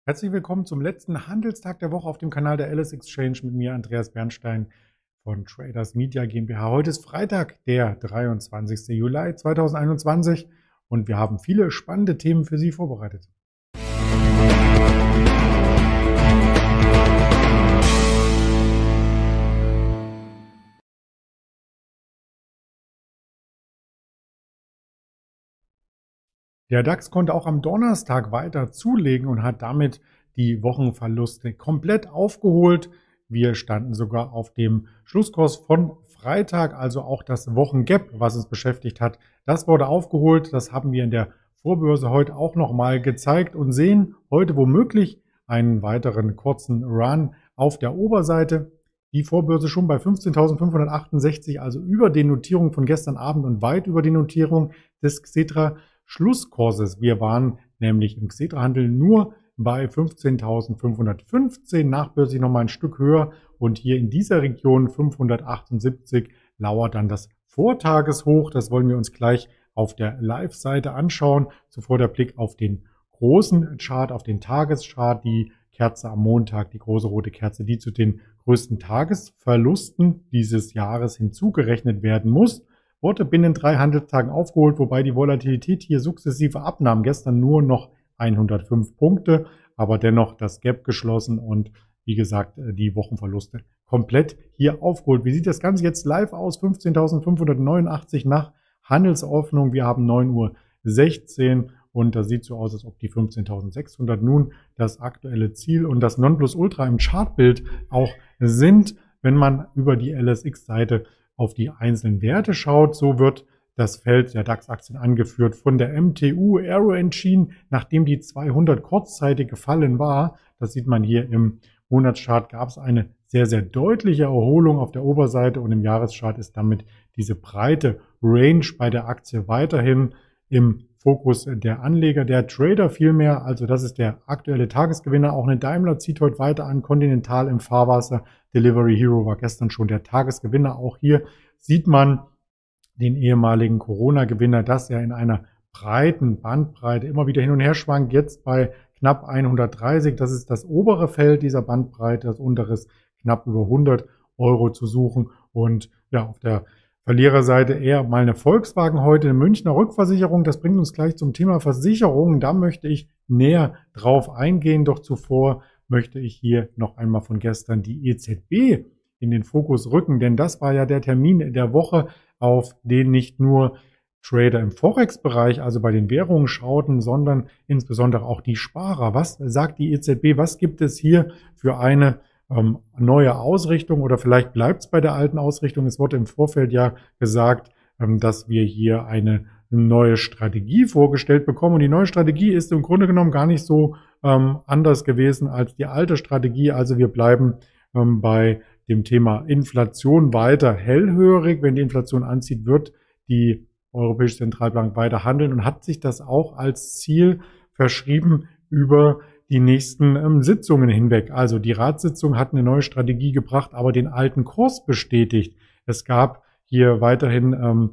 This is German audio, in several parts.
Herzlich willkommen zum letzten Handelstag der Woche auf dem Kanal der LS Exchange mit mir, Andreas Bernstein von Traders Media GmbH. Heute ist Freitag, der 23. Juli 2021 und wir haben viele spannende Themen für Sie vorbereitet. Der DAX konnte auch am Donnerstag weiter zulegen und hat damit die Wochenverluste komplett aufgeholt. Wir standen sogar auf dem Schlusskurs von Freitag, also auch das Wochengap, was uns beschäftigt hat. Das wurde aufgeholt. Das haben wir in der Vorbörse heute auch nochmal gezeigt und sehen heute womöglich einen weiteren kurzen Run auf der Oberseite. Die Vorbörse schon bei 15.568, also über den Notierungen von gestern Abend und weit über die Notierung des Xetra Schlusskurses. Wir waren nämlich im Xetra-Handel nur bei 15.515, nachbörslich nochmal ein Stück höher und hier in dieser Region 578 lauert dann das Vortageshoch. Das wollen wir uns gleich auf der Live-Seite anschauen. Zuvor der Blick auf den großen Chart, auf den Tageschart, die Kerze am Montag, die große rote Kerze, die zu den größten Tagesverlusten dieses Jahres hinzugerechnet werden muss. Wurde binnen 3 Handelstagen aufgeholt, wobei die Volatilität hier sukzessive abnahm. Gestern nur noch 105 Punkte, aber dennoch das Gap geschlossen und wie gesagt die Wochenverluste komplett hier aufgeholt. Wie sieht das Ganze jetzt live aus? 15.589 nach Handelseröffnung. Wir haben 9:16 Uhr und das sieht so aus, als ob die 15.600 nun das aktuelle Ziel und das Nonplusultra im Chartbild auch sind. Wenn man über die LSX-Seite auf die einzelnen Werte schaut, so wird das Feld der DAX-Aktien angeführt von der MTU Aero Engine, nachdem die 200 kurzzeitig gefallen war. Das sieht man hier im Monatschart, gab es eine sehr, sehr deutliche Erholung auf der Oberseite und im Jahreschart ist damit diese breite Range bei der Aktie weiterhin im Fokus der Anleger, der Trader vielmehr. Also das ist der aktuelle Tagesgewinner. Auch eine Daimler zieht heute weiter an, Continental im Fahrwasser. Delivery Hero war gestern schon der Tagesgewinner. Auch hier sieht man den ehemaligen Corona-Gewinner, dass er in einer breiten Bandbreite immer wieder hin und her schwankt. Jetzt bei knapp 130, das ist das obere Feld dieser Bandbreite, das untere ist knapp über 100 € zu suchen. Und ja, auf der Verliererseite eher mal eine Volkswagen heute, eine Münchner Rückversicherung. Das bringt uns gleich zum Thema Versicherungen. Da möchte ich näher drauf eingehen. Doch zuvor möchte ich hier noch einmal von gestern die EZB in den Fokus rücken. Denn das war ja der Termin der Woche, auf den nicht nur Trader im Forex-Bereich, also bei den Währungen schauten, sondern insbesondere auch die Sparer. Was sagt die EZB? Was gibt es hier für eine neue Ausrichtung oder vielleicht bleibt es bei der alten Ausrichtung? Es wurde im Vorfeld ja gesagt, dass wir hier eine neue Strategie vorgestellt bekommen. Und die neue Strategie ist im Grunde genommen gar nicht so anders gewesen als die alte Strategie. Also wir bleiben bei dem Thema Inflation weiter hellhörig. Wenn die Inflation anzieht, wird die Europäische Zentralbank weiter handeln und hat sich das auch als Ziel verschrieben über die nächsten Sitzungen hinweg. Also die Ratssitzung hat eine neue Strategie gebracht, aber den alten Kurs bestätigt. Es gab hier weiterhin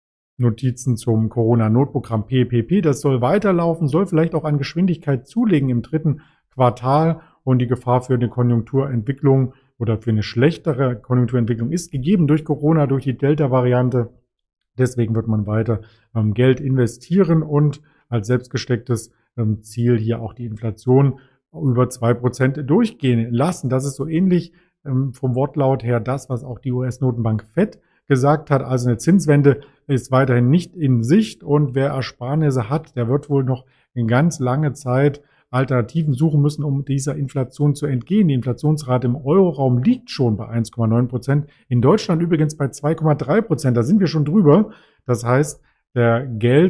Notizen zum Corona-Notprogramm PPP. Das soll weiterlaufen, soll vielleicht auch an Geschwindigkeit zulegen im 3. Quartal und die Gefahr für eine Konjunkturentwicklung oder für eine schlechtere Konjunkturentwicklung ist gegeben durch Corona, durch die Delta-Variante. Deswegen wird man weiter Geld investieren und als selbstgestecktes Ziel hier auch die Inflation über 2% durchgehen lassen. Das ist so ähnlich vom Wortlaut her das, was auch die US-Notenbank FED gesagt hat. Also eine Zinswende ist weiterhin nicht in Sicht und wer Ersparnisse hat, der wird wohl noch eine ganz lange Zeit Alternativen suchen müssen, um dieser Inflation zu entgehen. Die Inflationsrate im Euroraum liegt schon bei 1,9%. In Deutschland übrigens bei 2,3%. Da sind wir schon drüber. Das heißt, der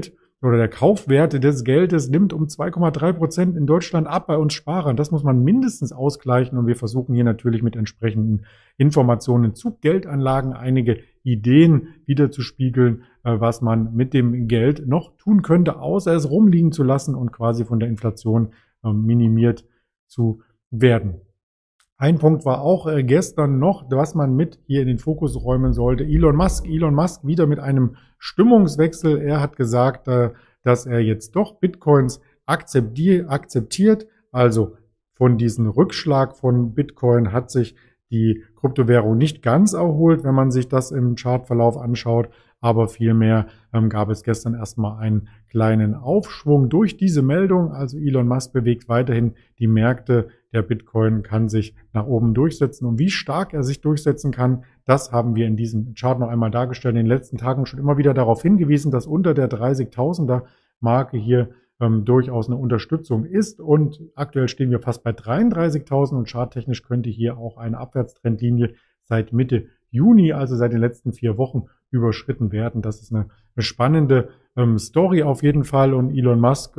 Kaufwert des Geldes nimmt um 2,3% in Deutschland ab bei uns Sparern. Das muss man mindestens ausgleichen und wir versuchen hier natürlich mit entsprechenden Informationen zu Geldanlagen einige Ideen wiederzuspiegeln, was man mit dem Geld noch tun könnte, außer es rumliegen zu lassen und quasi von der Inflation minimiert zu werden. Ein Punkt war auch gestern noch, was man mit hier in den Fokus räumen sollte. Elon Musk wieder mit einem Stimmungswechsel. Er hat gesagt, dass er jetzt doch Bitcoins akzeptiert, also von diesem Rückschlag von Bitcoin hat sich die Kryptowährung nicht ganz erholt, wenn man sich das im Chartverlauf anschaut, aber vielmehr gab es gestern erstmal einen kleinen Aufschwung durch diese Meldung. Also Elon Musk bewegt weiterhin die Märkte. Der Bitcoin kann sich nach oben durchsetzen. Und wie stark er sich durchsetzen kann, das haben wir in diesem Chart noch einmal dargestellt. In den letzten Tagen schon immer wieder darauf hingewiesen, dass unter der 30.000er Marke hier durchaus eine Unterstützung ist. Und aktuell stehen wir fast bei 33.000 und charttechnisch könnte hier auch eine Abwärtstrendlinie seit Mitte Juni, also seit den letzten 4 Wochen, überschritten werden. Das ist eine spannende Story auf jeden Fall. Und Elon Musk,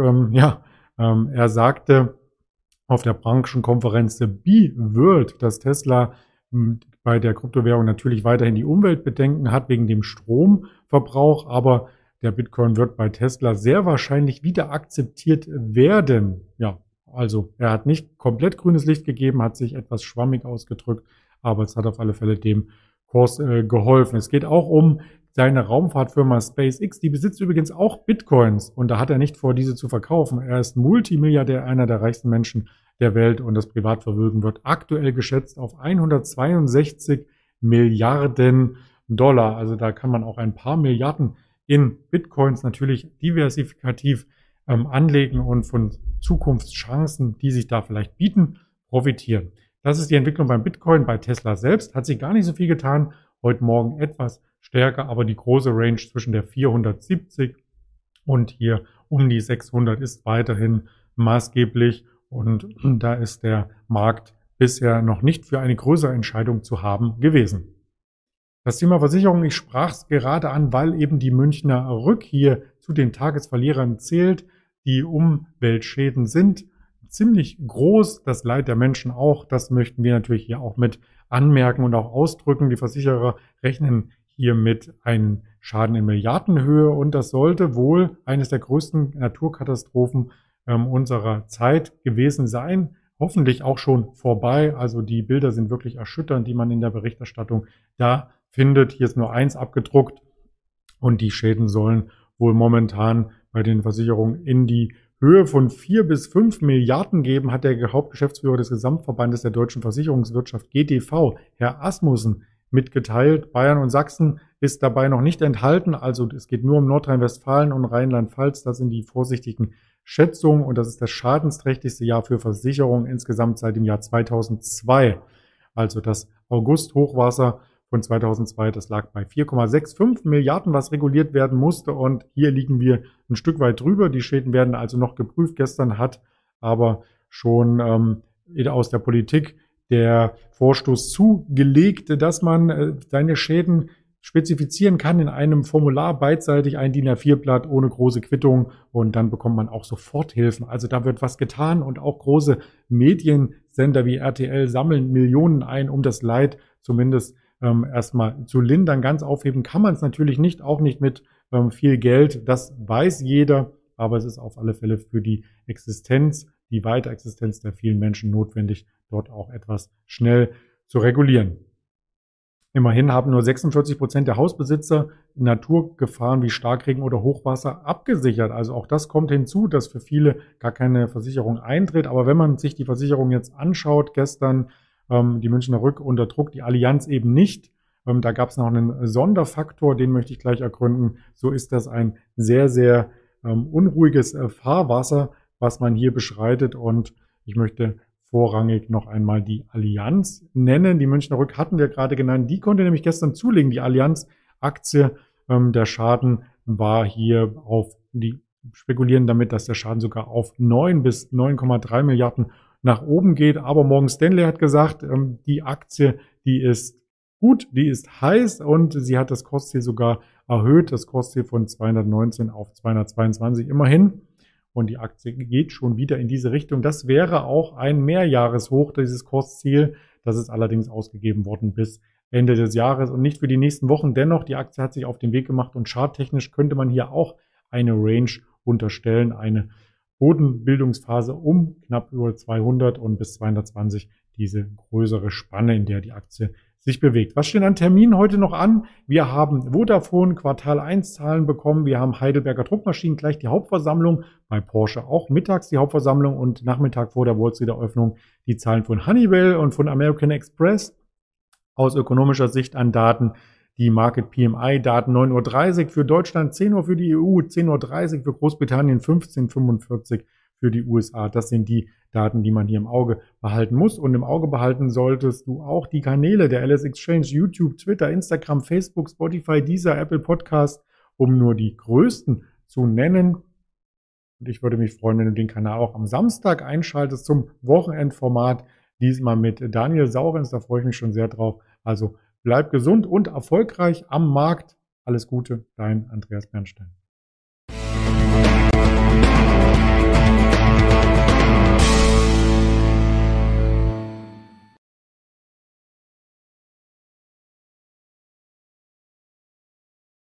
er sagte auf der Branchenkonferenz B-World, dass Tesla bei der Kryptowährung natürlich weiterhin die Umweltbedenken hat wegen dem Stromverbrauch, aber der Bitcoin wird bei Tesla sehr wahrscheinlich wieder akzeptiert werden. Ja, also er hat nicht komplett grünes Licht gegeben, hat sich etwas schwammig ausgedrückt, aber es hat auf alle Fälle dem Kurs geholfen. Es geht auch um seine Raumfahrtfirma SpaceX, die besitzt übrigens auch Bitcoins und da hat er nicht vor, diese zu verkaufen. Er ist Multimilliardär, einer der reichsten Menschen der Welt und das Privatvermögen wird aktuell geschätzt auf 162 Milliarden Dollar. Also da kann man auch ein paar Milliarden in Bitcoins natürlich diversifikativ anlegen und von Zukunftschancen, die sich da vielleicht bieten, profitieren. Das ist die Entwicklung beim Bitcoin. Bei Tesla selbst hat sich gar nicht so viel getan. Heute Morgen etwas stärker, aber die große Range zwischen der 470 und hier um die 600 ist weiterhin maßgeblich. Und da ist der Markt bisher noch nicht für eine größere Entscheidung zu haben gewesen. Das Thema Versicherung, ich sprach es gerade an, weil eben die Münchner Rück hier zu den Tagesverlierern zählt. Die Umweltschäden sind ziemlich groß, das Leid der Menschen auch. Das möchten wir natürlich hier auch mit anmerken und auch ausdrücken. Die Versicherer rechnen hier mit einem Schaden in Milliardenhöhe und das sollte wohl eines der größten Naturkatastrophen unserer Zeit gewesen sein. Hoffentlich auch schon vorbei. Also die Bilder sind wirklich erschütternd, die man in der Berichterstattung da findet. Hier ist nur eins abgedruckt und die Schäden sollen wohl momentan bei den Versicherungen in die Höhe von 4 bis 5 Milliarden geben, hat der Hauptgeschäftsführer des Gesamtverbandes der deutschen Versicherungswirtschaft GDV, Herr Asmussen, mitgeteilt. Bayern und Sachsen ist dabei noch nicht enthalten. Also es geht nur um Nordrhein-Westfalen und Rheinland-Pfalz. Das sind die vorsichtigen Schätzungen und das ist das schadensträchtigste Jahr für Versicherungen insgesamt seit dem Jahr 2002. Also das August-Hochwasser von 2002, das lag bei 4,65 Milliarden, was reguliert werden musste und hier liegen wir ein Stück weit drüber. Die Schäden werden also noch geprüft. Gestern hat aber schon aus der Politik der Vorstoß zugelegt, dass man seine Schäden spezifizieren kann in einem Formular, beidseitig ein DIN A4-Blatt ohne große Quittung und dann bekommt man auch Soforthilfen. Also da wird was getan und auch große Mediensender wie RTL sammeln Millionen ein, um das Leid zumindest erstmal zu lindern. Ganz aufheben kann man es natürlich nicht, auch nicht mit viel Geld. Das weiß jeder, aber es ist auf alle Fälle für die Existenz, die Weiterexistenz der vielen Menschen notwendig, dort auch etwas schnell zu regulieren. Immerhin haben nur 46% der Hausbesitzer Naturgefahren wie Starkregen oder Hochwasser abgesichert. Also auch das kommt hinzu, dass für viele gar keine Versicherung eintritt. Aber wenn man sich die Versicherung jetzt anschaut, gestern die Münchner Rück unter Druck, die Allianz eben nicht. Da gab es noch einen Sonderfaktor, den möchte ich gleich ergründen. So ist das ein sehr, sehr unruhiges Fahrwasser, was man hier beschreitet. Und ich möchte vorrangig noch einmal die Allianz nennen. Die Münchner Rück hatten wir gerade genannt. Die konnte nämlich gestern zulegen, die Allianz-Aktie. Der Schaden war hier die spekulieren damit, dass der Schaden sogar auf 9 bis 9,3 Milliarden nach oben geht. Aber Morgan Stanley hat gesagt, die Aktie, die ist gut, die ist heiß und sie hat das Kursziel sogar erhöht, das Kursziel von 219 auf 222 immerhin. Und die Aktie geht schon wieder in diese Richtung. Das wäre auch ein Mehrjahreshoch, dieses Kursziel. Das ist allerdings ausgegeben worden bis Ende des Jahres und nicht für die nächsten Wochen. Dennoch, die Aktie hat sich auf den Weg gemacht und charttechnisch könnte man hier auch eine Range unterstellen, eine Bodenbildungsphase um knapp über 200 und bis 220 diese größere Spanne, in der die Aktie sich bewegt. Was stehen an Terminen heute noch an? Wir haben Vodafone Quartal 1 Zahlen bekommen. Wir haben Heidelberger Druckmaschinen gleich die Hauptversammlung. Bei Porsche auch mittags die Hauptversammlung und Nachmittag vor der Wall Street Eröffnung die Zahlen von Honeywell und von American Express. Aus ökonomischer Sicht an Daten die Market PMI Daten 9:30 Uhr für Deutschland, 10 Uhr für die EU, 10:30 Uhr für Großbritannien, 15:45 Uhr für die USA. Das sind die Daten, die man hier im Auge behalten muss. Und im Auge behalten solltest du auch die Kanäle der LS Exchange, YouTube, Twitter, Instagram, Facebook, Spotify, Deezer, Apple Podcast, um nur die größten zu nennen. Und ich würde mich freuen, wenn du den Kanal auch am Samstag einschaltest zum Wochenendformat. Diesmal mit Daniel Saurens, da freue ich mich schon sehr drauf. Also bleib gesund und erfolgreich am Markt. Alles Gute, dein Andreas Bernstein.